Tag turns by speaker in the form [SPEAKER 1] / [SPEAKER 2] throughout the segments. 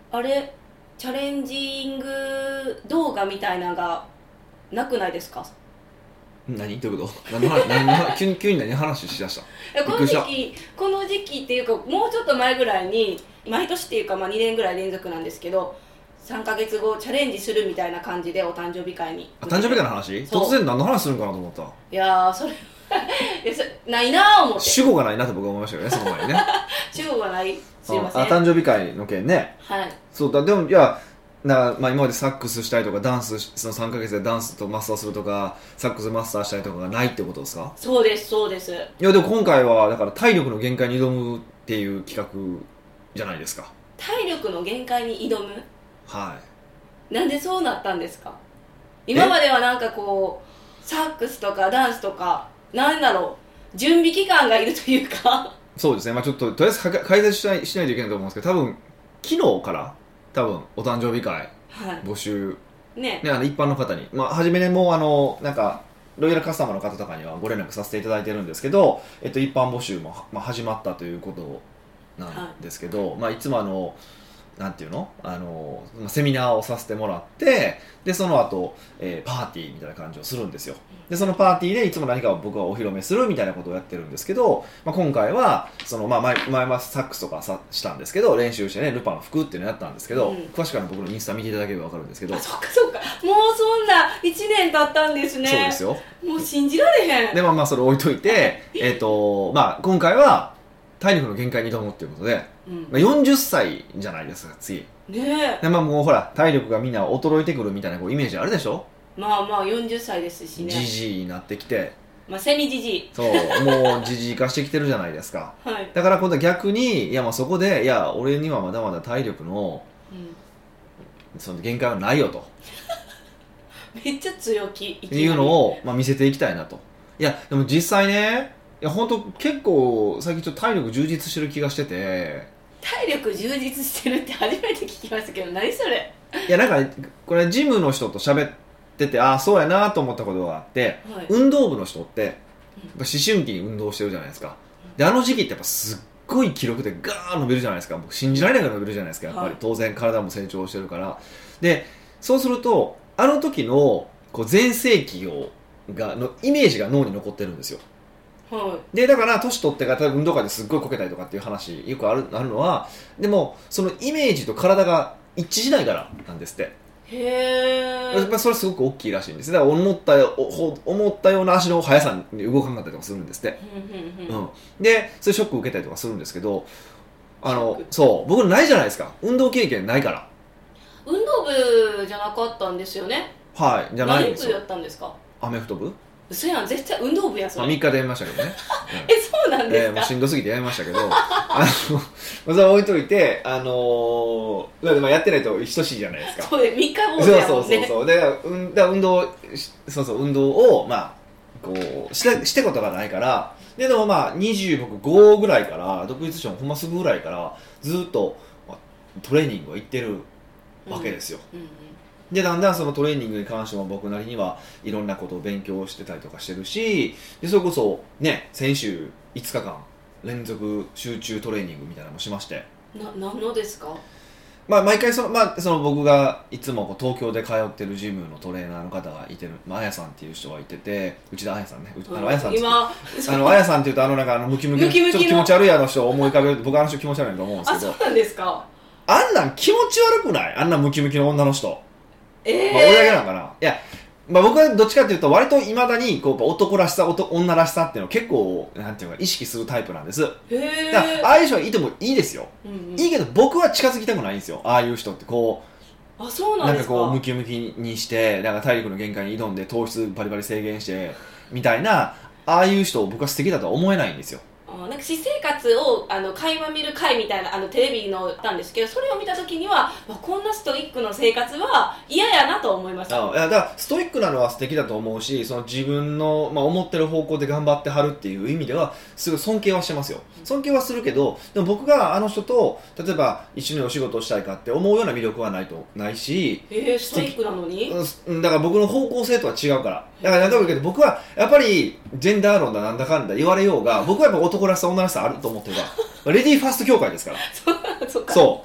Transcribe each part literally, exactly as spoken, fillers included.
[SPEAKER 1] あれチャレンジング動画みたいなのがなくないですか？
[SPEAKER 2] 何どういうこと何の話何の話急に急に何話しだした？
[SPEAKER 1] この時期この時期っていうかもうちょっと前ぐらいに毎年っていうかまあにねんぐらい連続なんですけどさんかげつごチャレンジするみたいな感じでお誕生日会に。
[SPEAKER 2] あ、誕生日会の話？突然何の話するんかなと思った。
[SPEAKER 1] いやーそれいやそないなー思って
[SPEAKER 2] 主語がないなって僕は思いましたけどね、その前にね
[SPEAKER 1] 主語がない、すいません。
[SPEAKER 2] あ、誕生日会の件ね。
[SPEAKER 1] はい。
[SPEAKER 2] そうだ、でもいやな、まあ、今までサックスしたりとかダンスそのさんかげつでダンスとマスターするとかサックスマスターしたりとかがないってことですか？
[SPEAKER 1] そうですそうです。い
[SPEAKER 2] やでも今回はだから体力の限界に挑むっていう企画じゃないですか。
[SPEAKER 1] 体力の限界に挑む。
[SPEAKER 2] はい。
[SPEAKER 1] なんでそうなったんですか？今まではなんかこうサックスとかダンスとかなんだろう準備期間がいるというか
[SPEAKER 2] そうですね、まあ、ちょっととりあえず解説しない、しないといけないと思うんですけど多分昨日から多分お誕生日会募集、
[SPEAKER 1] はいね
[SPEAKER 2] ね、あの一般の方に、まあ、初めねもうあのなんかロイヤルカスタマーの方とかにはご連絡させていただいてるんですけど、えっと、一般募集も、まあ、始まったということなんですけど、はいまあ、いつもあのなんていうのあのセミナーをさせてもらってでその後、えー、パーティーみたいな感じをするんですよ。でそのパーティーでいつも何かを僕はお披露目するみたいなことをやってるんですけど、まあ、今回はその、まあ、前前はサックスとかさしたんですけど練習してねルパンの服っていうのをやったんですけど、うん、詳しくは僕のインスタ見ていただければ分かるんですけど。
[SPEAKER 1] あ、そっかそっか、もうそんないちねん経ったんですね。
[SPEAKER 2] そうですよ。
[SPEAKER 1] もう信じられへん。
[SPEAKER 2] でまあまあそれ置いといてえっとまあ今回は体力の限界に挑むっていうことで、うんまあ、よんじゅっさいじゃないですか次
[SPEAKER 1] ねえ。
[SPEAKER 2] で、まあ、もうほら体力がみんな衰えてくるみたいなこうイメージあるでしょ。
[SPEAKER 1] まあまあよんじゅっさいですしね。
[SPEAKER 2] ジジイになってきて、
[SPEAKER 1] まあセミジジイ。
[SPEAKER 2] そうもうジジイ化してきてるじゃないですか、
[SPEAKER 1] はい、
[SPEAKER 2] だから今度は逆にいやまあそこでいや俺にはまだまだ体力の、うん、その限界はないよと
[SPEAKER 1] めっちゃ強気
[SPEAKER 2] っていうのを、まあ、見せていきたいなと。いやでも実際ねいや本当結構最近ちょっと体力充実してる気がしてて。
[SPEAKER 1] 体力充実してるって初めて聞きましたけど何それ。
[SPEAKER 2] いやなんかこれジムの人と喋っててああそうやなと思ったことがあって、はい、運動部の人ってやっぱ思春期に運動してるじゃないですか。であの時期ってやっぱすっごい記録でガーン伸びるじゃないですか。僕信じられないぐらい伸びるじゃないですかやっぱり、はい、当然体も成長してるからでそうするとあの時のこう全盛期をがのイメージが脳に残ってるんですよ。はい、でだから年取ってから運動会ですっごいこけたりとかっていう話よくある、あるのはでもそのイメージと体が一致しないからなんですって。
[SPEAKER 1] へー。
[SPEAKER 2] やっぱそれすごく大きいらしいんです。だから思ったよ思ったような足の速さに動かなかったりとかするんですって、うん、でそういうショックを受けたりとかするんですけどあのそう僕ないじゃないですか運動経験ないから。
[SPEAKER 1] 運動部じゃなかったんですよね。
[SPEAKER 2] はいじゃないんですよ。
[SPEAKER 1] 何部やったんですか。
[SPEAKER 2] アメフト部。
[SPEAKER 1] 嘘やん絶対運動部やそれ、
[SPEAKER 2] まあ、みっかでやりましたけどね、
[SPEAKER 1] うん、えそうなんですか、
[SPEAKER 2] えー、もうしんどすぎてやりましたけどあのそれは置いといて、あのー、まあやってないと等しいじゃないですか。
[SPEAKER 1] そうでみっか坊主やもんね。
[SPEAKER 2] そうそうそうそうで、うん、だ運動そうそう運動をまあこうしてしてことがないからででもまあにじゅうごぐらいから独立したのほんますぐぐらいからずっと、まあ、トレーニングを行ってるわけですよ、うんうんうんでだんだんそのトレーニングに関しても僕なりにはいろんなことを勉強してたりとかしてるしでそれこそね先週いつかかん連続集中トレーニングみたいなのもしまして
[SPEAKER 1] な何のですか。
[SPEAKER 2] まあ毎回その、まあ、その僕がいつもこう東京で通ってるジムのトレーナーの方がいてる、まあ、あやさんっていう人がいてて内田あやさんね、あのあやさんって今あのあやさんっていうとあのなんかあのムキムキのちょっと気持ち悪いあの人を思い浮かべると僕はあの人気持ち悪いと思うんですけど。
[SPEAKER 1] あそうなんですか。
[SPEAKER 2] あんなん気持ち悪くないあんなムキムキの女の人。
[SPEAKER 1] えー
[SPEAKER 2] まあ、俺だけなのかな。いや、まあ、僕はどっちかというと割といまだにこう男らしさ女らしさっていうのを結構なんていうか意識するタイプなんです。
[SPEAKER 1] へ
[SPEAKER 2] だからああいう人がいてもいいですよ、うんうん、いいけど僕は近づきたくないんですよ。ああいう人ってこ
[SPEAKER 1] うあそうなんですか。
[SPEAKER 2] なんかこうムキムキにしてなんか体力の限界に挑んで糖質バリバリ制限してみたいなああいう人を僕は素敵だとは思えないんですよ。
[SPEAKER 1] あなんか私生活をあの垣間見る会みたいなあのテレビのあったんですけどそれを見た時にはこんなストイックの生活は嫌やなと思いました。
[SPEAKER 2] あいやだからストイックなのは素敵だと思うしその自分の、まあ、思ってる方向で頑張ってはるっていう意味ではすごい尊敬はしてますよ。尊敬はするけどでも僕があの人と例えば一緒にお仕事をしたいかって思うような魅力はないとないし
[SPEAKER 1] えー、ストイックなのに
[SPEAKER 2] うんだから僕の方向性とは違うからだから何だろうけど僕はやっぱりジェンダー論だなんだかんだ言われようが僕はやっぱ男らしさ女らしさあると思ってるからレディーファースト協会ですから
[SPEAKER 1] そ, そ, か
[SPEAKER 2] そう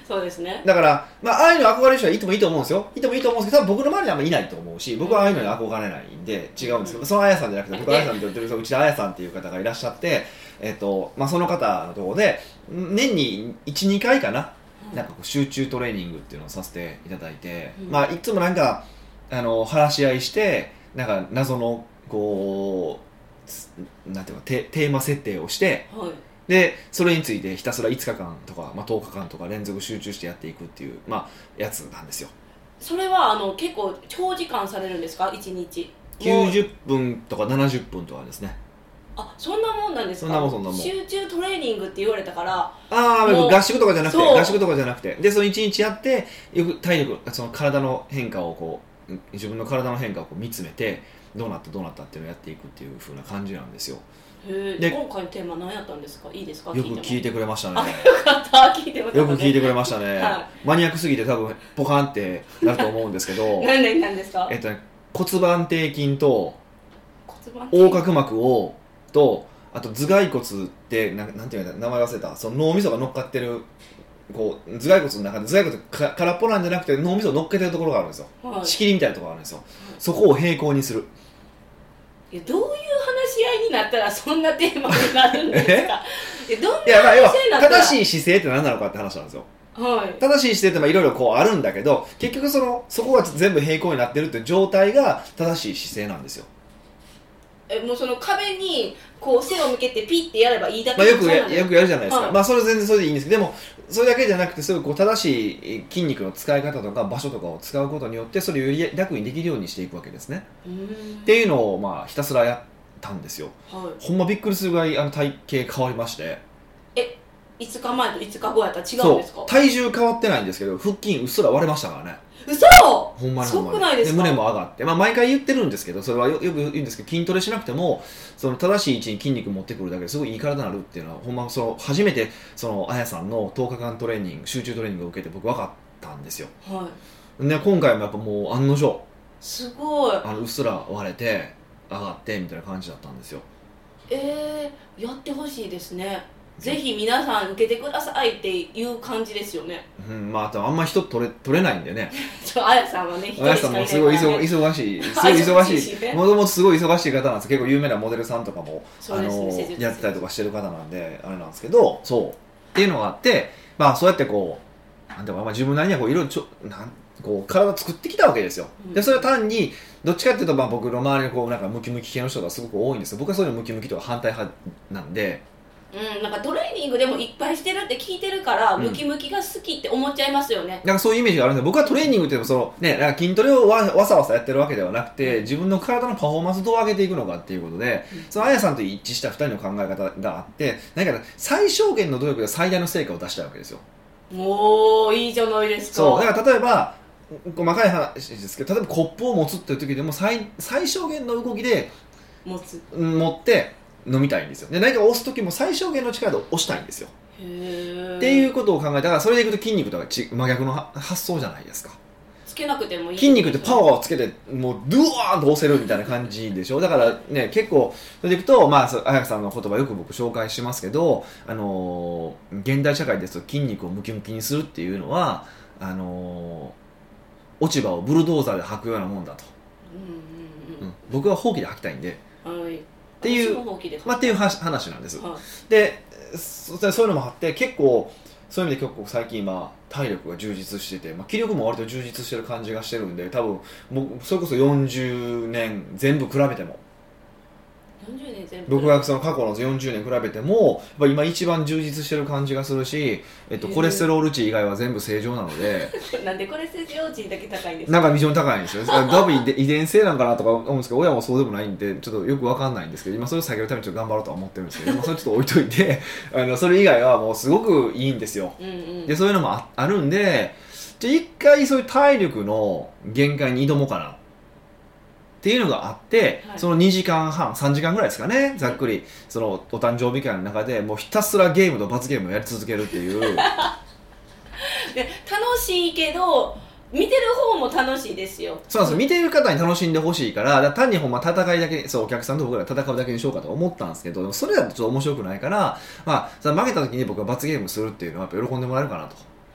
[SPEAKER 1] そうですね。
[SPEAKER 2] だから、まあ、ああいうの憧れる人はいてもいいと思うんですよ。いてもいいと思うんですけど、多分僕の周りにはあんまりいないと思うし、僕はああいうのに憧れないんで違うんですけど、うん、そのあやさんじゃなくて、僕はあやさんって言ってる、うちであやさんっていう方がいらっしゃって、えっとまあ、その方のところで年にいち、にかいかな、うん、なんかこう集中トレーニングっていうのをさせていただいて、うん、まあ、いつもなんかあの話し合いしてなんか謎のこうなんていうか テ, テーマ設定をして、はい、でそれについてひたすらいつかかんとか、まあ、とおかかんとか連続集中してやっていくっていう、まあ、やつなんですよ。
[SPEAKER 1] それはあの結構長時間されるんですか？いちにち
[SPEAKER 2] きゅうじゅっぷんとかななじゅっぷんとかですね。
[SPEAKER 1] あ、そんなもんなんですか？
[SPEAKER 2] そんなもんそんなもん。
[SPEAKER 1] 集中トレーニングって言われたから、あ
[SPEAKER 2] あ、合宿とかじゃなくて合宿とかじゃなくてでそのいちにちやってよく体力、その体の変化をこう自分の体の変化をこう見つめてどうなったどうなったっていうのをやっていくっていう風な感じなんですよ。
[SPEAKER 1] へで今回のテーマ何やったんですか？いいですか？
[SPEAKER 2] よく聞いてくれましたね。
[SPEAKER 1] あ、よかった聞いてもらった、ね、
[SPEAKER 2] よく聞いてくれましたね、はい、マニアックすぎて多分ポカンってなると思うんですけど
[SPEAKER 1] 何でなんですか？
[SPEAKER 2] えっとね、骨盤底筋と横隔膜をとあと頭蓋骨ってななんていうの名前忘れた、その脳みそが乗っかってるこう頭蓋骨の中で頭蓋骨か空っぽなんじゃなくて脳みそを乗っけてるところがあるんですよ、はい、仕切りみたいなところがあるんですよ、はい、そこを平行にする。
[SPEAKER 1] いやどういう話し合いになったらそんなテーマになるんですか？えどんな話
[SPEAKER 2] し合いになったら
[SPEAKER 1] 正
[SPEAKER 2] しい姿勢って何なのかって話なんですよ。
[SPEAKER 1] はい、
[SPEAKER 2] 正しい姿勢っていろいろこうあるんだけど結局そのそこが全部平行になってるって状態が正しい姿勢なんですよ。
[SPEAKER 1] えもうその壁にこう背を向けてピッてやればいいだけ、
[SPEAKER 2] まあ、よくやよくやるじゃないですか、
[SPEAKER 1] はい、
[SPEAKER 2] まあそれ全然それでいいんですけど、でもそれだけじゃなくてそういうこう正しい筋肉の使い方とか場所とかを使うことによってそれをより楽にできるようにしていくわけですね。
[SPEAKER 1] うーん
[SPEAKER 2] っていうのをまあひたすらやったんですよ、
[SPEAKER 1] はい、
[SPEAKER 2] ほんまびっくりするぐらいあの体型変わりまして。
[SPEAKER 1] えいつかまえといつかごやったら違うんですか？
[SPEAKER 2] そう体重変わってないんですけど腹筋うっすら割れましたからね。
[SPEAKER 1] 嘘
[SPEAKER 2] ほんまに
[SPEAKER 1] すごくないですか？
[SPEAKER 2] で胸も上がって、まあ、毎回言ってるんですけどそれは よ, よく言うんですけど筋トレしなくてもその正しい位置に筋肉持ってくるだけですごいいい体になるっていうのはほんまその初めてそのあやさんのとおかかんトレーニング集中トレーニングを受けて僕分かったんですよ、
[SPEAKER 1] はい、
[SPEAKER 2] で今回もやっぱもう案の定
[SPEAKER 1] すごい
[SPEAKER 2] あのうっすら割れて上がってみたいな感じだったんですよ。
[SPEAKER 1] えー、やってほしいですね。ぜひ皆さん受けてくださいっていう感じですよね。
[SPEAKER 2] うん、まああんま人取れ取れないんでね。
[SPEAKER 1] ちょあやさんはね、一
[SPEAKER 2] 人しかいないからね。あやさんもすごい忙しい、すごい忙しい、もともとすごい忙しい方なんです。結構有名なモデルさんとかも、あのやってたりとかしてる方なんであれなんですけど、そうっていうのがあって、まあそうやってこうなんでもまあ自分なりにはこういろいろちょなんこう体作ってきたわけですよ。うん、でそれは単にどっちかっていうとまあ僕の周りのこうなんかムキムキ系の人がすごく多いんですよ。僕はそういうのムキムキとか反対派なんで。
[SPEAKER 1] うん、なんかトレーニングでもいっぱいしてるって聞いてるから、うん、ムキムキが好きって思っちゃいますよね。
[SPEAKER 2] なんかそういうイメージがあるんで僕はトレーニングっていうのはその、ね、なんか筋トレを わ, わさわさやってるわけではなくて自分の体のパフォーマンスをどう上げていくのかっていうことで、うん、そのあやさんと一致したふたりの考え方があって何か最小限の努力で最大の成果を出したいわけですよ。
[SPEAKER 1] おーいいじゃないですか。
[SPEAKER 2] そうだから例えば細かい話ですけど例えばコップを持つっていう時でも 最, 最小限の動きで
[SPEAKER 1] 持つ
[SPEAKER 2] 持って飲みたいんですよ。で何か押す時も最小限の力で押したいんですよ。
[SPEAKER 1] へ
[SPEAKER 2] っていうことを考えたらそれでいくと筋肉とはち真逆の発想じゃないですか。
[SPEAKER 1] つけなくてもいい、
[SPEAKER 2] 筋肉ってパワーをつけてもうドゥワーンと押せるみたいな感じでしょ。だからね結構それでいくとまああやかさんの言葉よく僕紹介しますけど、あのー、現代社会ですと筋肉をムキムキにするっていうのはあのー、落ち葉をブルドーザーで履くようなもんだと、うんうんうんうん、僕はほうきで履きたいんで、
[SPEAKER 1] はい
[SPEAKER 2] っていう、まあ、っていう話なんです、はい、でそそういうのもあって結構そういう意味で結構最近今体力が充実してて、まあ、気力も割と充実してる感じがしてるんで多分もうそれこそよんじゅうねん全部比べても
[SPEAKER 1] よんじゅうねん全部
[SPEAKER 2] 僕がその過去のよんじゅうねん比べてもやっぱ今一番充実してる感じがするし、えっと、コレステロール値以外は全部正常なので
[SPEAKER 1] なんでコレステロール値だけ高いんですか？
[SPEAKER 2] なんか非常に高いんですよ。多分遺伝性なんかなとか思うんですけど親もそうでもないんでちょっとよく分かんないんですけど今それを下げるためにちょっと頑張ろうとは思ってるんですけど、まあ、それちょっと置いといてあのそれ以外はもうすごくいいんですよ、うんうん、でそういうのも あ, あるんでじゃあ一回そういう体力の限界に挑もうかなっていうのがあって、はい、そのにじかんはんさんじかんぐらいですかねざっくりそのお誕生日会の中でもうひたすらゲームと罰ゲームをやり続けるっていうで
[SPEAKER 1] 楽しいけど見てる方も楽しいですよ。
[SPEAKER 2] そうなんですよ。見てる方に楽しんでほしいから、だから単にほんま戦いだけそうお客さんと僕ら戦うだけにしようかと思ったんですけどでもそれだとちょっと面白くないから、まあ、負けた時に僕は罰ゲームするっていうのはやっぱ喜んでもらえるかなと。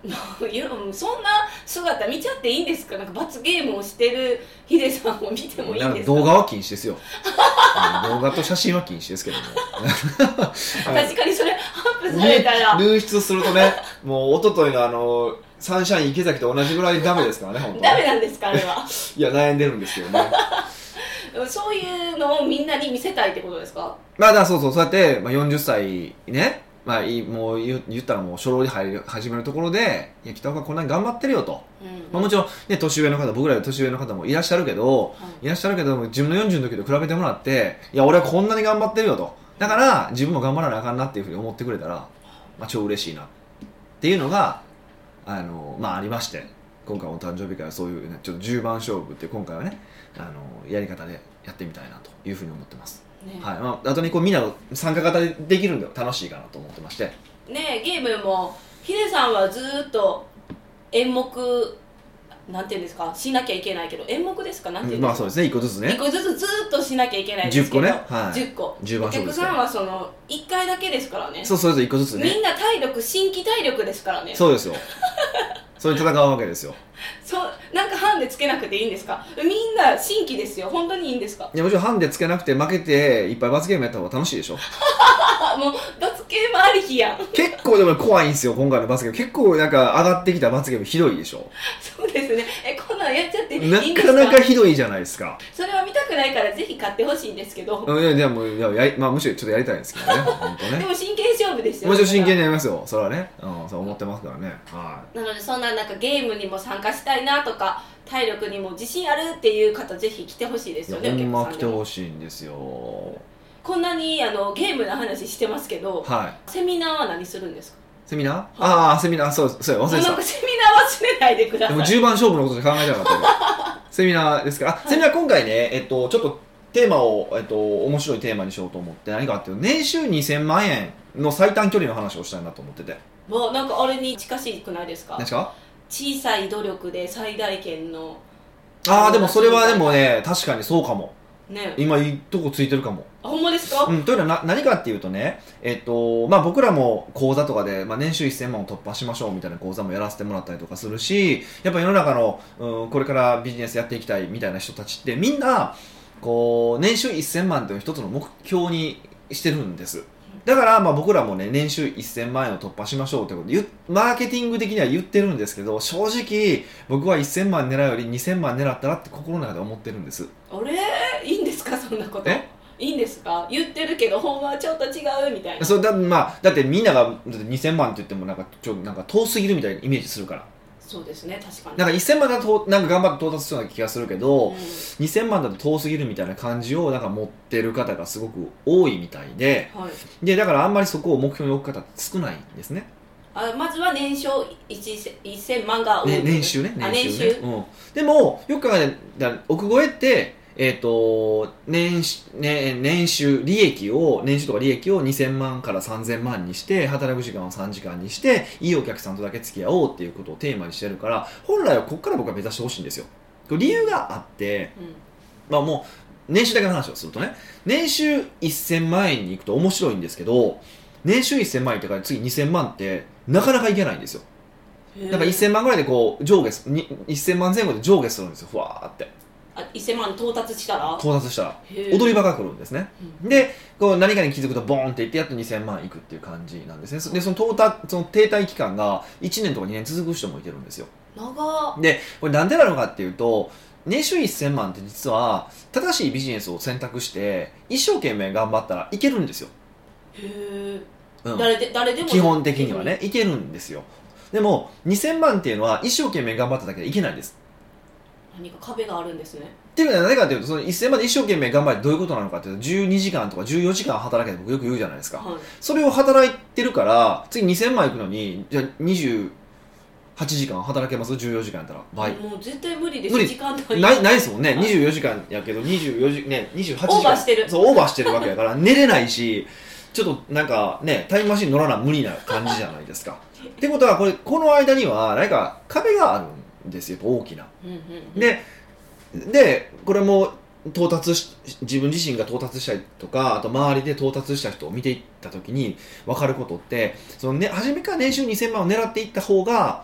[SPEAKER 1] いやそんな姿見ちゃっていいんですか？なんか罰ゲームをしてるヒデさんを見てもいいんですか？
[SPEAKER 2] 動画は禁止ですよ動画と写真は禁止ですけども
[SPEAKER 1] 確かにそれアップされたら
[SPEAKER 2] 流出するとね、もう一昨日のあのサンシャイン池崎と同じぐらいダメですからね本当
[SPEAKER 1] ダメなんですかあれは
[SPEAKER 2] いや悩んでるんですけどね
[SPEAKER 1] そういうのをみんなに見せたいってことですか？
[SPEAKER 2] まあだそうそうそうやって、まあ、よんじゅっさいね、まあ、いいもう言言ったらもう初老で入り始めるところで、いや北岡こんなに頑張ってるよと、うんうんまあ、もちろん、ね、年上の方僕らより年上の方もいらっしゃるけど、はい、いらっしゃるけど自分のよんじゅうの時と比べてもらって、いや俺はこんなに頑張ってるよと、だから自分も頑張らなあかんなっていうふうに思ってくれたら、まあ、超嬉しいなっていうのがあの、まあ、ありまして、今回お誕生日会はそういう、ね、ちょっとじゅうばん勝負って今回はねあのやり方でやってみたいなというふうに思ってます、ねはいまあ、あとにこうみんな参加型でできるんで楽しいかなと思ってまして
[SPEAKER 1] ね。ゲームもヒデさんはずっと演目なんていうんですかしなきゃいけないけど演目ですかなんていうんですか、
[SPEAKER 2] まあそうですねいっこずつね
[SPEAKER 1] いっこずつずっとしなきゃいけないんですけど
[SPEAKER 2] じゅっこね、はい、
[SPEAKER 1] じゅっこ
[SPEAKER 2] じゅうばん勝負です
[SPEAKER 1] お客さんはそのいっかいだけですからね。
[SPEAKER 2] そうそれぞれいっこずつね
[SPEAKER 1] みんな体力新規体力ですからね。
[SPEAKER 2] そうですよそれ戦うわけですよ
[SPEAKER 1] そうなんかハンデつけなくていいんですか？みんな新規ですよ。本当にいいんですか？
[SPEAKER 2] いやもちろんハンデつけなくて負けていっぱい罰ゲームやった方が楽しいでしょ
[SPEAKER 1] もう罰ゲームありきやん。
[SPEAKER 2] 結構でも怖いんですよ今回の罰ゲーム。結構なんか上がってきた罰ゲームひどいでしょ。
[SPEAKER 1] そうですね。えこんなんやっちゃっていいんですか？
[SPEAKER 2] なかなかひどいじゃないですか。
[SPEAKER 1] それは見たくないからぜひ買ってほしいんですけど。
[SPEAKER 2] いやでもいややり、まあ、むしろちょっとやりたいんですけどね本当ね
[SPEAKER 1] でも真剣勝負ですよ。
[SPEAKER 2] もちろん真剣にやりますよそれはね、うん、そう思ってますからね、はい、
[SPEAKER 1] なのでそんななんかゲームにも参加したいなとか体力にも自信あるっていう方ぜひ来てほしいですよね。
[SPEAKER 2] ほんま来てほしいんですよ。
[SPEAKER 1] こんなにあのゲームの話してますけど、はい、セミナーは何するんですか？
[SPEAKER 2] セミナー、はい、ああセミナーそうそう忘れてた。
[SPEAKER 1] なんかセミナー忘れないでください。
[SPEAKER 2] でもじゅうばん勝負のことで考えてなかったセミナーですから、はい、セミナー今回ね、えっと、ちょっとテーマを、えっと、面白いテーマにしようと思って何かっていうと年収にせんまんえんの最短距離の話をしたいなと思ってて、
[SPEAKER 1] もうなんかあれに近しくないですか？
[SPEAKER 2] 何ですか？
[SPEAKER 1] 小さい努力で最大限の。
[SPEAKER 2] ああでもそれはでもね確かにそうかも、
[SPEAKER 1] ね、
[SPEAKER 2] 今いいとこついてるかも。
[SPEAKER 1] あほんまですか？
[SPEAKER 2] うん、というのはな何かっていうとね、えっとまあ、僕らも講座とかで、まあ、年収せんまんを突破しましょうみたいな講座もやらせてもらったりとかするし、やっぱ世の中の、うん、これからビジネスやっていきたいみたいな人たちってみんなこう年収せんまんという一つの目標にしてるんです。だからまあ僕らもね年収せんまんえんを突破しましょうということでマーケティング的には言ってるんですけど、正直僕はせんまん狙うよりにせんまん狙ったらって心の中で思ってるんです。
[SPEAKER 1] あれいいんですかそんなこと？えいいんですか？言ってるけどほんまはちょっと違うみたいな。
[SPEAKER 2] そう だ,、まあ、だってみんながだってにせんまんって言ってもなんかちょなんか遠すぎるみたいなイメージするから。
[SPEAKER 1] そうですね確かに。
[SPEAKER 2] なんかせんまんだとなんか頑張って到達しそうな気がするけど、うん、にせんまんだと遠すぎるみたいな感じをなんか持ってる方がすごく多いみたいで、はい、でだからあんまりそこを目標に置く方って少ないんですね。
[SPEAKER 1] あまずは年商せんまんが多い、
[SPEAKER 2] ね、年収ね
[SPEAKER 1] 年収、ね、
[SPEAKER 2] 年収、うん、でもよく考えたら億超えってえーと 年, ね、年収利益を年収とか利益をにせんまんからさんぜんまんにして働く時間をさんじかんにしていいお客さんとだけ付き合おうっていうことをテーマにしてるから、本来はここから僕は目指してほしいんですよ。理由があって、うんまあ、もう年収だけの話をするとね年収せんまんえんに行くと面白いんですけど、年収せんまんえんってから次にせんまんってなかなかいけないんですよ。だからせんまんぐらいでこう上下せんまんぜん後で上下するんですよふわーって。
[SPEAKER 1] あせんまん到達したら
[SPEAKER 2] 到達したら踊り場が来るんですね、うん、でこう何かに気づくとボーンっていってやっとにせんまんいくっていう感じなんですね。でその到達その停滞期間がいちねんとかにねん続く人もいてるんですよ。
[SPEAKER 1] 長
[SPEAKER 2] でこれなんでなのかっていうと年収せんまんって実は正しいビジネスを選択して一生懸命頑張ったらいけるんですよ。
[SPEAKER 1] へー、うん、誰で誰でも
[SPEAKER 2] 基本的にはねいけるんですよ。でもにせんまんっていうのは一生懸命頑張っただけでいけないんです。
[SPEAKER 1] 何か壁があるんですね。
[SPEAKER 2] っていうのは何かというとそのせんまんで一生懸命頑張ってどういうことなのかというとじゅうにじかんとかじゅうよじかん働けって僕よく言うじゃないですか、はい、それを働いてるから次にせんまんいくのにじゃあにじゅうはちじかん働けます？じゅうよじかんやったら倍。
[SPEAKER 1] もう絶対無理です。無理時間帯
[SPEAKER 2] ないないですもんね。にじゅうよじかんやけどにじゅうよじ、ね、にじゅうはちじかん
[SPEAKER 1] オーバーしてる。
[SPEAKER 2] そうオーバーしてるわけやから寝れないしちょっとなんかねタイムマシン乗らな無理な感じじゃないですかってことはこれこの間には何か壁があるんですよ大きな、うんうんうん、ででこれも到達し自分自身が到達したりとかあと周りで到達した人を見ていった時に分かることってその、ね、初めから年収にせんまんを狙っていった方が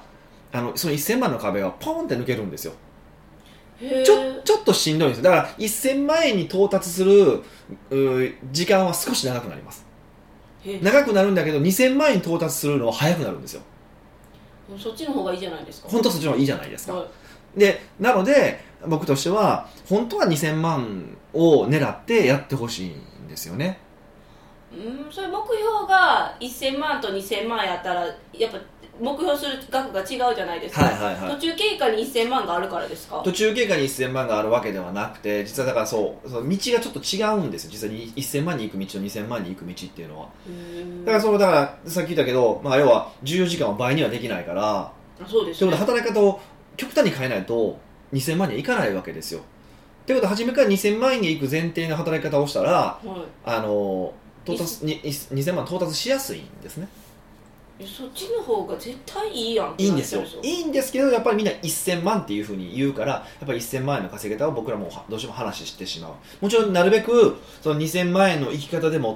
[SPEAKER 2] あのそのせんまんの壁がポンって抜けるんですよ。
[SPEAKER 1] へ
[SPEAKER 2] ちょちょっとしんどいんですよ。だからせんまんえんに到達する時間は少し長くなります。長くなるんだけどにせんまんえんに到達するのは早くなるんですよ。
[SPEAKER 1] そっちの方がいいじゃないですか。
[SPEAKER 2] 本当はそっちの方がいいじゃないですか、
[SPEAKER 1] はい、
[SPEAKER 2] でなので僕としては本当はにせんまんを狙ってやってほしいんですよね。
[SPEAKER 1] うん、それ目標がせんまんとにせんまんやったらやっぱ目標する額が違うじゃないですか、
[SPEAKER 2] はいはいはい、
[SPEAKER 1] 途中経過にせんまんがあるからですか？
[SPEAKER 2] 途中経過にせんまんがあるわけではなくて、実はだからそうその道がちょっと違うんですよ。実はせんまんに行く道とにせんまんに行く道っていうのは。だからそのだからさっき言ったけど、まあ、要はじゅうよじかんを倍にはできないから、
[SPEAKER 1] そうですね、
[SPEAKER 2] ということで働き方を極端に変えないとにせんまんにはいかないわけですよ。ということで初めからにせんまんえんに行く前提の働き方をしたら、はい、あの到達ににせんまん到達しやすいんですね。
[SPEAKER 1] そっちの方が絶対いいやん。
[SPEAKER 2] いいんですよ。いいんですけど、やっぱりみんなせんまんっていうふうに言うから、やっぱりせんまんえんの稼げ方を僕らもどうしても話してしまう。もちろんなるべくそのにせんまんえんの生き方でもって、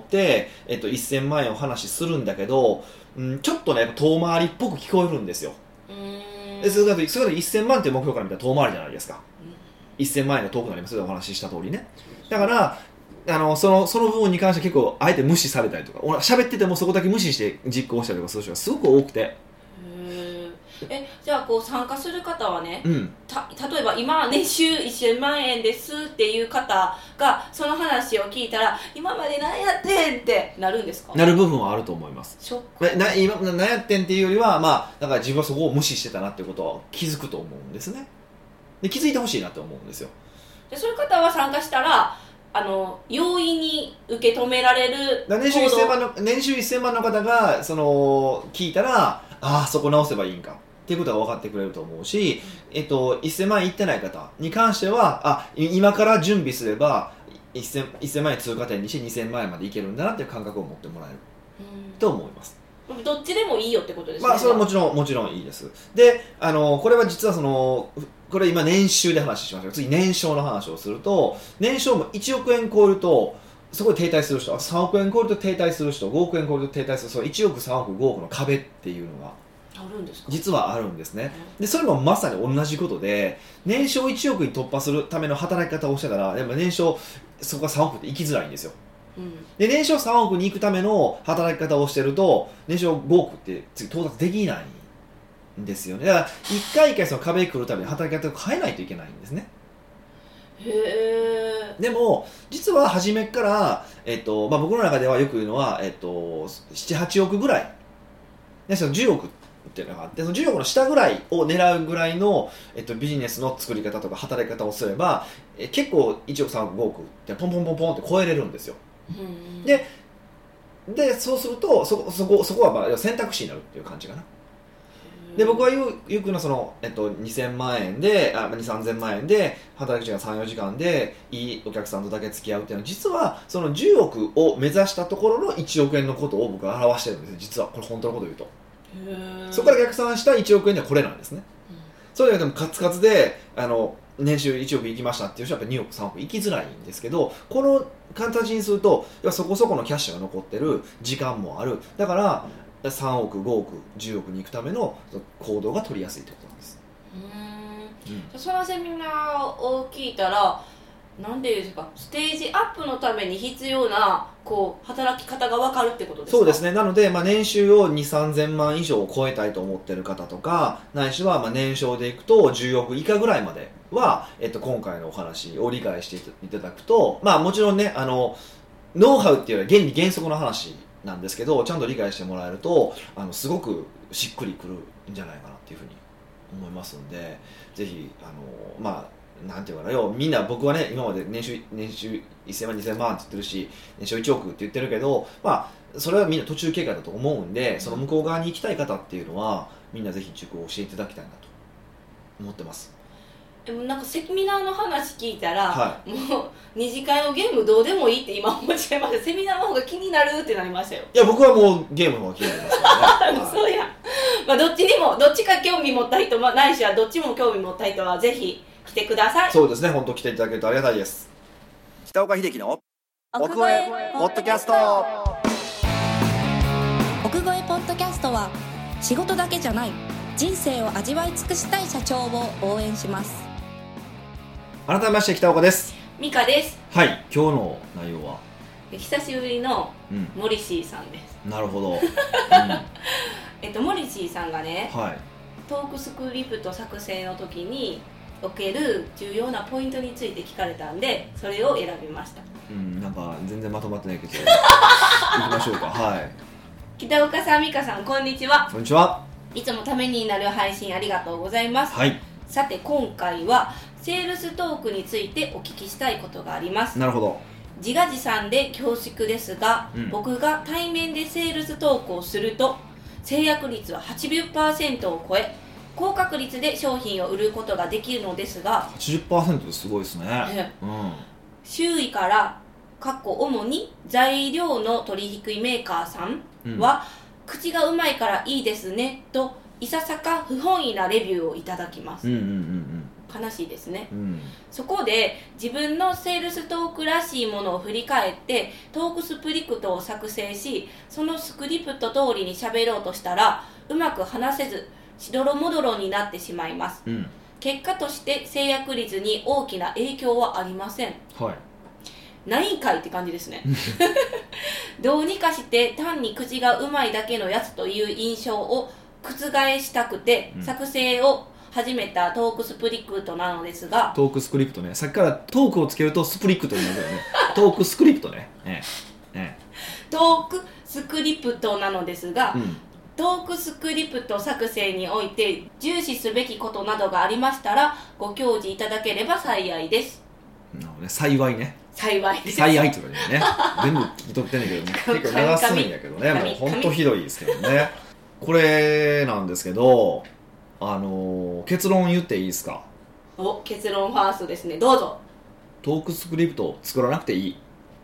[SPEAKER 2] えっと、せんまんえんを話するんだけど、うん、ちょっとねやっぱ遠回りっぽく聞こえるんですよ。
[SPEAKER 1] うーん
[SPEAKER 2] でそれだとそれだとせんまんっていう目標から見たら遠回りじゃないですか、うん、せんまんえんが遠くなりますよ、お話しした通りね。だからあの その、その部分に関して結構あえて無視されたりとか、俺喋っててもそこだけ無視して実行したりとかする人がすごく多くて。
[SPEAKER 1] へえ、じゃあこう参加する方はね、
[SPEAKER 2] うん、
[SPEAKER 1] た例えば今年収せんまんえんですっていう方がその話を聞いたら今まで何やってんってなるんですか？
[SPEAKER 2] なる部分はあると思います。
[SPEAKER 1] ショック。
[SPEAKER 2] な今何やってんっていうよりは、まあ、だから自分はそこを無視してたなっていうことは気づくと思うんですね。で気づいてほしいなと思うんですよ。
[SPEAKER 1] でそういう方は参加したらあの容易に受け止められる
[SPEAKER 2] 年収せんまんの年収せんまんの方がその聞いたら、ああそこ直せばいいんかっていうことが分かってくれると思うし、うん、えっと、せんまんいってない方に関しては、あ今から準備すればせんまん円通過点にしてにせんまんえんまでいけるんだなっていう感覚を持ってもらえる、うん、と思います。
[SPEAKER 1] どっちでもいいよってことですね。
[SPEAKER 2] まあそれはもちろんもちろんいいです。で、あのこれは実はそのこれ今年収で話しましたが、次年商の話をすると、年商もいちおくえん超えるとそこで停滞する人、さんおくえん超えると停滞する人、ごおくえん超えると停滞する、そのいちおくさんおくごおくの壁っていうのが
[SPEAKER 1] あるんですか？
[SPEAKER 2] 実はあるんですね。でそれもまさに同じことで、年商いちおくに突破するための働き方をしてたら、やっぱ年商そこがさんおくって行きづらいんですよ。うん、で年商さんおくに行くための働き方をしてると年商ごおくって次到達できないんですよね。だから一回一回その壁に来るために働き方を変えないといけないんですね。
[SPEAKER 1] へー。
[SPEAKER 2] でも実は初めから、えっとまあ、僕の中ではよく言うのは、えっと、ななはちおくぐらいでそのじゅうおくっていうのがあって、そのじゅうおくの下ぐらいを狙うぐらいの、えっと、ビジネスの作り方とか働き方をすれば、え結構いちおくさんおくごおくってポンポンポンポンって超えれるんですよ。で, でそうすると そ, そ, こそこはまあ選択肢になるっていう感じかな。で僕はよくのその、えっと、にせんまんえんであにせんさんぜんまんえんで働き時間さんよじかんでいいお客さんとだけ付き合うっていうのは、実はそのじゅうおくを目指したところのいちおくえんのことを僕は表してるんですよ。実はこれ本当のことを言うと、へそこから逆算したいちおくえんではこれなんですね、うん、それがでもカツカツであの年収いちおくいきましたっていう人はやっぱにおくさんおくいきづらいんですけど、この形にするとそこそこのキャッシュが残ってる、時間もある、だからさんおくごおくじゅうおくに行くための行動が取りやすいということなんです。
[SPEAKER 1] うーん、うん、そのセミナーを聞いたらなんでですか、ステージアップのために必要なこう働き方が分かるってことですか？
[SPEAKER 2] そうですね。なので、まあ、年収をにせんさんぜんまん以上を超えたいと思っている方とか、ないしはまあ年商でいくとじゅうおく以下ぐらいまでは、えっと、今回のお話を理解していただくと、まあ、もちろんね、あのノウハウっていうのは原理原則の話なんですけど、ちゃんと理解してもらえるとあのすごくしっくりくるんじゃないかなっていうふうに思いますんで、ぜひあのまあなんていうかな、要はみんな僕はね今まで年収年収せんまんにせんまんって言ってるし、年収いちおくって言ってるけど、まあそれはみんな途中経過だと思うんで、その向こう側に行きたい方っていうのはみんなぜひ塾を教えていただきたいなと思ってます。
[SPEAKER 1] でもなんかセミナーの話聞いたら、
[SPEAKER 2] はい、
[SPEAKER 1] もう二次会のゲームどうでもいいって今思っちゃいました。セミナーの方が気になるってなりましたよ。
[SPEAKER 2] いや僕はもうゲームの方が気になりますからね。
[SPEAKER 1] そうや、まあ、どっちにもどっちか興味持った人、まあ、ないしはどっちも興味持った人はぜひ来てください。
[SPEAKER 2] そうですね、本当来ていただけるとありがたいです。北岡秀樹の奥越えポッドキャスト。
[SPEAKER 1] 奥越えポッドキャストは仕事だけじゃない人生を味わい尽くしたい社長を応援します。
[SPEAKER 2] 改めまして北岡です。
[SPEAKER 1] 美香です。
[SPEAKER 2] はい、今日の内容は
[SPEAKER 1] 久しぶりのモリシーさんです、
[SPEAKER 2] うん、なるほど、うん、
[SPEAKER 1] えっとモリシーさんがね、
[SPEAKER 2] はい、
[SPEAKER 1] トークスクリプト作成の時における重要なポイントについて聞かれたんで、それを選びました。
[SPEAKER 2] うん、なんか全然まとまってないけど行きましょうか。はい、
[SPEAKER 1] 北岡さん、美香さん、こんにちは。
[SPEAKER 2] こんにちは。
[SPEAKER 1] いつもためになる配信ありがとうございます。
[SPEAKER 2] はい、
[SPEAKER 1] さて今回はセールストークについてお聞きしたいことがあります。
[SPEAKER 2] なるほど。
[SPEAKER 1] 自画自賛で恐縮ですが、うん、僕が対面でセールストークをすると制約率は はちじゅっパーセント を超え、高確率で商品を売ることができるのですが、
[SPEAKER 2] はちじゅっパーセント ってすごいですね、ね、うん、
[SPEAKER 1] 周囲からかっこ主に材料の取引メーカーさんは、うん、口がうまいからいいですねといささか不本意なレビューをいただきます、うんうんうんうん、悲しいですね、うん、そこで自分のセールストークらしいものを振り返ってトークスプリクトを作成し、そのスクリプト通りに喋ろうとしたらうまく話せずしどろもどろになってしまいます、うん、結果として制約率に大きな影響はありません。はい、ないんかいって感じですねどうにかして単に口がうまいだけのやつという印象を覆したくて作成を始めたトークスプリクトなのですが、
[SPEAKER 2] トークスクリプトね、さっきからトークをつけるとスプリクトになるよねトークスクリプトね、ねね、
[SPEAKER 1] トークスクリプトなのですが、うん、トークスクリプト作成において重視すべきことなどがありましたらご教示いただければ幸いです。
[SPEAKER 2] なるほどね、幸いね、
[SPEAKER 1] 幸いです。
[SPEAKER 2] 幸いとかね全部聞き取ってんねんけど、ね、結構長すぎんだけどね、もうほんとひどいですけどねこれなんですけど、あのー、結論言っていいですか。
[SPEAKER 1] お、結論ファーストですね、どうぞ。
[SPEAKER 2] トークスクリプト作らなくていい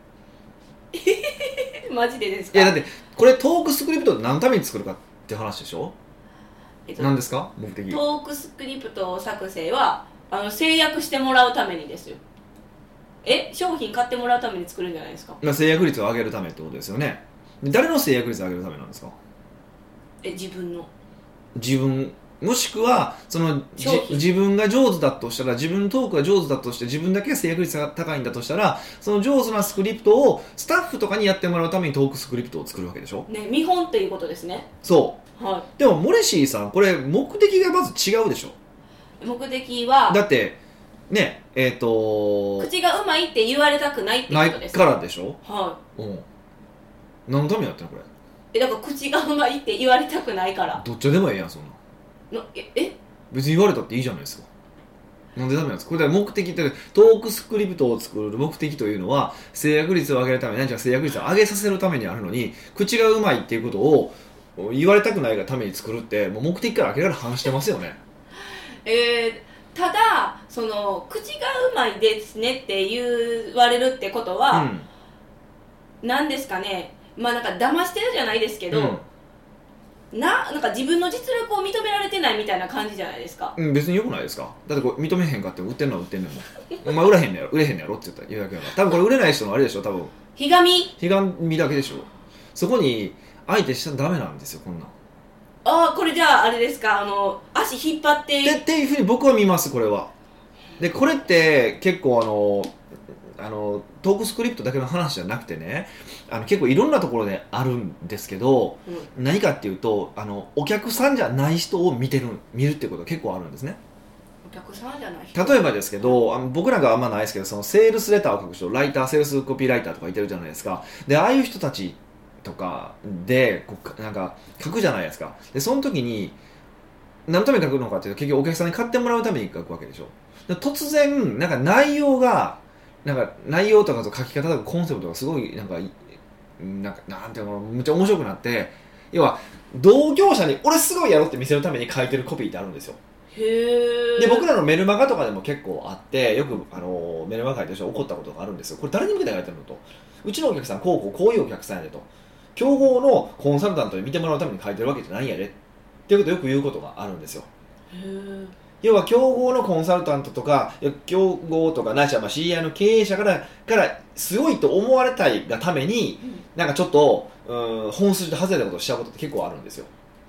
[SPEAKER 1] マジでですか。
[SPEAKER 2] いやだってこれトークスクリプト何のために作るかって話でしょ、えっと、何ですか目的。
[SPEAKER 1] トークスクリプト作成はあの制約してもらうためにですよ。え、商品買ってもらうために作るんじゃないですか。
[SPEAKER 2] 制約率を上げるためってことですよね。誰の制約率を上げるためなんですか。
[SPEAKER 1] え、自分の。
[SPEAKER 2] 自分もしくはその自分が上手だとしたら、自分のトークが上手だとして自分だけ制約率が高いんだとしたら、その上手なスクリプトをスタッフとかにやってもらうためにトークスクリプトを作るわけでしょ、
[SPEAKER 1] ね、見本っていうことですね。
[SPEAKER 2] そう、はい、でもモレシーさんこれ目的がまず違うでしょ。
[SPEAKER 1] 目的は
[SPEAKER 2] だってねえー、と
[SPEAKER 1] 口がうまいって言われたくないってことです
[SPEAKER 2] ないからでしょ。
[SPEAKER 1] はい、うん、
[SPEAKER 2] 何のためにやってんのこれ。
[SPEAKER 1] え、だから口がうまいって言われたくないから。
[SPEAKER 2] どっちでもええやんそんな
[SPEAKER 1] の。ええ
[SPEAKER 2] 別に言われたっていいじゃないですか。なんでダメなんですか。これだから目的ってトークスクリプトを作る目的というのは制約率を上げるために、何じゃ制約率を上げさせるためにあるのに、口がうまいっていうことを言われたくないがために作るってもう目的から明らかに反してますよね
[SPEAKER 1] えー、ただその口がうまいですねって言われるってことは、うん、なんですかね、まあなんか騙してるじゃないですけど、うん、な, なんか自分の実力を認められてないみたいな感じじゃないですか、
[SPEAKER 2] うん、別に良くないですか。だってこれ認めへんかって売ってんのは売ってんねんもんお前売れへんねやろ売れへんねやろって言ったら言うだけやから、多分これ売れない人のあれでしょ、多分
[SPEAKER 1] ひがみ
[SPEAKER 2] ひがみだけでしょ。そこに相手しちゃダメなんですよこんなん。
[SPEAKER 1] ああ、これじゃああれですか、あの足引っ張って
[SPEAKER 2] でっていうふうに僕は見ます。これはでこれって結構あのあのトークスクリプトだけの話じゃなくてね、あの結構いろんなところであるんですけど、うん、何かっていうとあのお客さんじゃない人を見てる見るっていうことが結構あるんですね。
[SPEAKER 1] お客さんじゃない人、
[SPEAKER 2] 例えばですけど、あの僕なんかはあんまないですけど、そのセールスレターを書く人、ライター、セールスコピーライターとかいてるじゃないですか。でああいう人たちとかでこうなんか書くじゃないですか。でその時に何のために書くのかっていうと、結局お客さんに買ってもらうために書くわけでしょ。で突然なんか内容がなんか内容とかと書き方とかコンセプトがすごいなんかなんかなんていうのめっちゃ面白くなって、要は同業者に俺すごいやろって見せるために書いてるコピーってあるんですよ。
[SPEAKER 1] へー。
[SPEAKER 2] で僕らのメルマガとかでも結構あって、よくあのメルマガ書いてる人が怒ったことがあるんですよ。これ誰に向けて書いてるのと、うちのお客さんこうこうこういうお客さんやでと、競合のコンサルタントに見てもらうために書いてるわけじゃないんやでっていうことをよく言うことがあるんですよ。
[SPEAKER 1] へー。
[SPEAKER 2] 要は競合のコンサルタントとか競合とかないしはまあ知り合いの経営者からからすごいと思われたいがために、うん、なんかちょっとうん本筋で外れたことをしちゃうことって結構あるんですよ。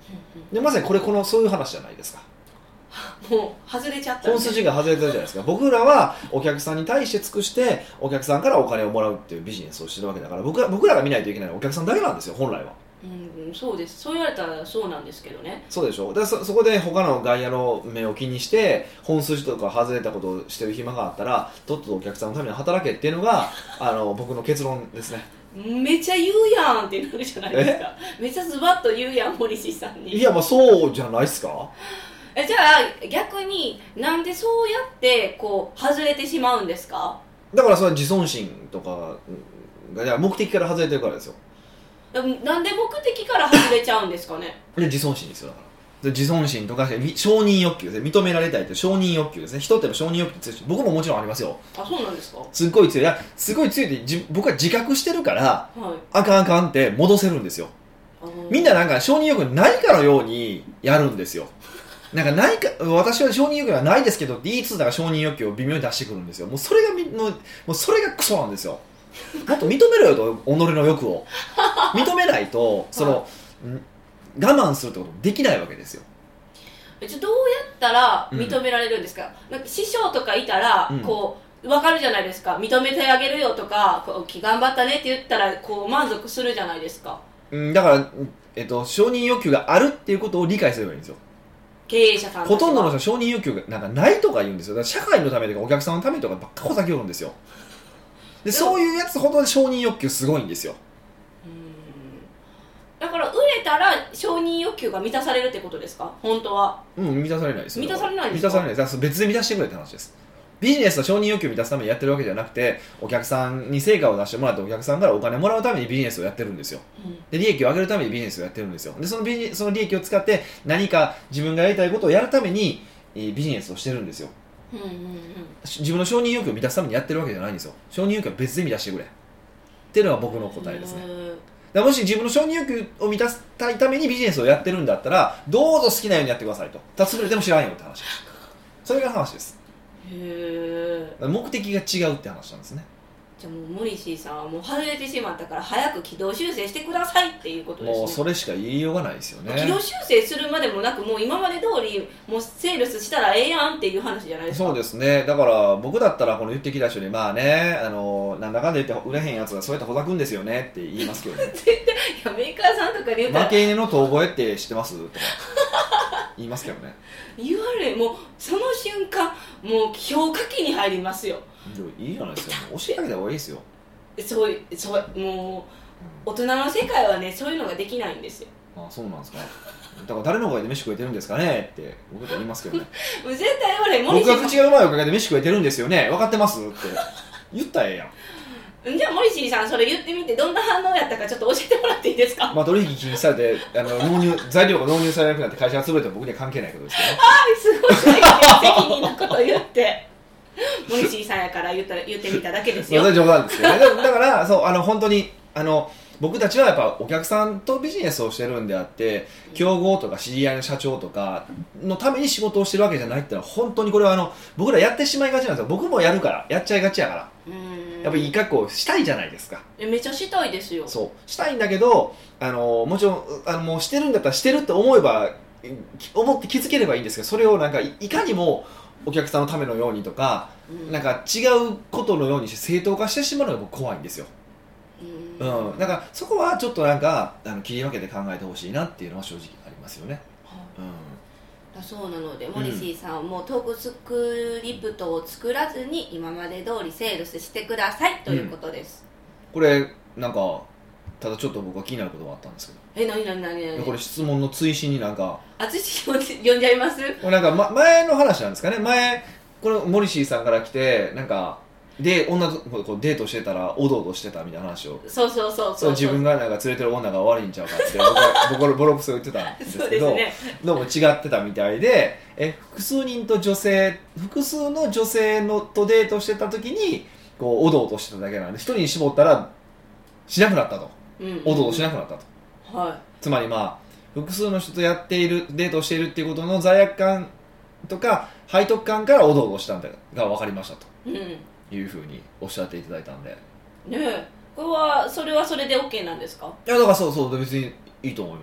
[SPEAKER 2] でまさにこれこのそういう話じゃないですか。
[SPEAKER 1] もう外れちゃった、
[SPEAKER 2] 本筋が外れてるじゃないですか。僕らはお客さんに対して尽くしてお客さんからお金をもらうっていうビジネスをしてるわけだから、僕ら僕らが見ないといけないのはお客さんだけなんですよ、本来は。
[SPEAKER 1] うん、そうです。そう言われたらそうなんですけどね。
[SPEAKER 2] そうでしょ。だから そ, そこで他の外野の目を気にして本筋とか外れたことをしてる暇があったらとっととお客さんのために働けっていうのがあの僕の結論ですね。
[SPEAKER 1] めっちゃ言うやんってなるじゃないですか。めっちゃズバッと言うやん、森氏さんに。
[SPEAKER 2] いや、まあそうじゃないですか。
[SPEAKER 1] え、じゃあ逆になんでそうやってこう外れてしまうんですか？
[SPEAKER 2] だからそれは自尊心とかが目的から外れてるからですよ。
[SPEAKER 1] なんで目的から外れちゃうんですかね。
[SPEAKER 2] で自尊心ですよ。だから自尊心とか承認欲求ですね。認められたいという承認欲求ですね。人っての承認欲求強いし、僕ももちろんありますよ。
[SPEAKER 1] あ、そうなんですか。
[SPEAKER 2] すっごい強い。いや、すごい強いってじ僕は自覚してるから、
[SPEAKER 1] はい、
[SPEAKER 2] あかんあかんって戻せるんですよ。みんななんか承認欲求ないかのようにやるんですよ。なんかないか、私は承認欲求はないですけどって言いつつだから承認欲求を微妙に出してくるんですよ。もうそれがみのもうそれがクソなんですよ。もっと認めろよと、己の欲を認めないとその、はい、我慢するってことできないわけですよ。
[SPEAKER 1] じゃどうやったら認められるんですか？うん、なんか師匠とかいたら、うん、こう分かるじゃないですか。認めてあげるよとかこう頑張ったねって言ったらこう満足するじゃないですか。
[SPEAKER 2] うん、だから、えっと、承認欲求があるっていうことを理解すればいいんですよ。
[SPEAKER 1] 経営者さん
[SPEAKER 2] ほとんどの人は承認欲求がなんかないとか言うんですよ。だから社会のためとかお客さんのためとかばっかこさきよるんですよ。でそういうやつほど承認欲求すごいんですよ。
[SPEAKER 1] うーん、だから売れたら承認欲求が満たされるってことですか？本当は。
[SPEAKER 2] うん、満たされないですよ。
[SPEAKER 1] 満たされないんですか？
[SPEAKER 2] 満たされないです。だから別で満たしてくれって話です。ビジネスは承認欲求を満たすためにやってるわけじゃなくて、お客さんに成果を出してもらってお客さんからお金をもらうためにビジネスをやってるんですよ。うん、で利益を上げるためにビジネスをやってるんですよ。でそのビジその利益を使って何か自分がやりたいことをやるためにビジネスをしてるんですよ。うんうんうん、自分の承認欲求を満たすためにやってるわけじゃないんですよ。承認欲求は別で満たしてくれっていうのが僕の答えですね。だからもし自分の承認欲求を満たしたいためにビジネスをやってるんだったらどうぞ好きなようにやってくださいと。ただ潰れても知らんよって話です。それが話です。へー、目的が違うって話なんですね。
[SPEAKER 1] じゃあもうモリシーさんはもう外れてしまったから早く軌道修正してくださいっていうことですね。
[SPEAKER 2] もうそれしか言いようがないですよね。
[SPEAKER 1] 軌道修正するまでもなくもう今まで通りもうセールスしたらええやんっていう話じゃないですか。
[SPEAKER 2] そうですね。だから僕だったらこの言ってきた人にまあね、あのなんだかんだ言って売れへんやつがそうやってほざくんですよねって言いますけどね。
[SPEAKER 1] 絶対いやメーカーさんとかに言ったら
[SPEAKER 2] 負け犬の遠吠えって知ってますとか言いますけどね。
[SPEAKER 1] 言われもうその瞬間もう評価期に入りますよ。
[SPEAKER 2] いいじゃないですか。もう教えてあげた方がいいですよ。
[SPEAKER 1] そうそうもう大人の世界はねそういうのができないんですよ。
[SPEAKER 2] ああ、そうなんですか。だから誰のおかげで飯食えてるんですかねって僕は言いますけどね。
[SPEAKER 1] もう絶対俺
[SPEAKER 2] 僕が口がうまいおかげで飯食えてるんですよね、分かってますって言ったらええやん。
[SPEAKER 1] じゃあモリシーさんそれ言ってみてどんな反応やったかちょっと教えてもらっていいですか？
[SPEAKER 2] まあ取引禁止されてあの納入材料が納入されなくなって会社が潰れても僕には関係ないことですけどね。
[SPEAKER 1] ああすごい責任のこと言ってモリシーさんやから言ったら言ってみただけですよ。
[SPEAKER 2] それは冗談ですけどね。だからそうあの本当にあの僕たちはやっぱお客さんとビジネスをしてるんであって競合とか知り合いの社長とかのために仕事をしてるわけじゃないってのは本当にこれはあの僕らやってしまいがちなんですよ。僕もやるからやっちゃいがちやからやっぱりいい格好したいじゃないですか。
[SPEAKER 1] えめっちゃしたいですよ。
[SPEAKER 2] そうしたいんだけどあのもちろんあのもうしてるんだったらしてるって思えば思って気づければいいんですけどそれをなんか い, いかにもお客さんのためのようにとか、うん、なんか違うことのようにして正当化してしまうのが僕怖いんですよ。うん、だからそこはちょっとなんかあの切り分けて考えてほしいなっていうのは正直ありますよね。は
[SPEAKER 1] あ、うん、だそうなのでモリシーさんはもうトークスクリプトを作らずに今まで通りセールスしてくださいということです、
[SPEAKER 2] うん、これなんかただちょっと僕は気になることがあったんですけど。
[SPEAKER 1] え、なになになになに
[SPEAKER 2] これ質問の追伸になんか
[SPEAKER 1] あつし呼んじゃいます。
[SPEAKER 2] これなんか、ま、前の話なんですかね。前このモリシーさんから来てなんかで女とこうデートしてたらおどおどしてたみたいな話を
[SPEAKER 1] そうそうそうそう
[SPEAKER 2] 自分がなんか連れてる女が悪いんちゃうかって僕は僕はボロクソ言ってたんですけどそうです、ね、どうも違ってたみたいでえ複数人と女性複数の女性のとデートしてた時にこうおどおどしてただけなんで一人に絞ったらしなくなったと、うんうんうん、おどおどしなくなったと、はい、つまりまあ複数の人とやっているデートをしているっていうことの罪悪感とか背徳感からおどおどしたんだが分かりましたと、うんいうふうにおっしゃっていただいたんでね
[SPEAKER 1] えこれはそれはそれで OK なんですか？
[SPEAKER 2] いやだからそうそう別にいいと思いますよ。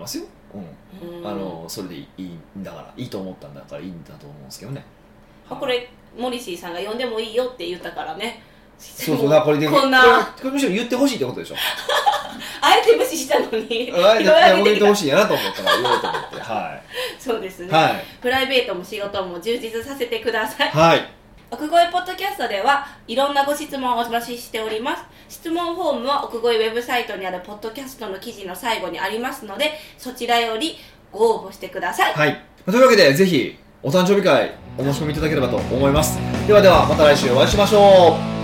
[SPEAKER 2] うん、あのそれでいいんだからいいと思ったんだからいいんだと思うんですけどね。
[SPEAKER 1] あ、これモリシーさんが呼んでもいいよって言ったからね。
[SPEAKER 2] そうそう、だからこれで
[SPEAKER 1] こんな
[SPEAKER 2] これむしろ言ってほしいってことでしょ。
[SPEAKER 1] あえて無視したのに
[SPEAKER 2] あえて言ってほしいやなと思ったから言おうと思って、はい、
[SPEAKER 1] そうですね、
[SPEAKER 2] はい、
[SPEAKER 1] プライベートも仕事も充実させてください。
[SPEAKER 2] はい。
[SPEAKER 1] 奥越ポッドキャストではいろんなご質問をお待ちしております。質問フォームは奥越ウェブサイトにあるポッドキャストの記事の最後にありますので、そちらよりご応募してください。
[SPEAKER 2] はい、というわけでぜひお誕生日会お申し込みいただければと思います。ではではまた来週お会いしましょう。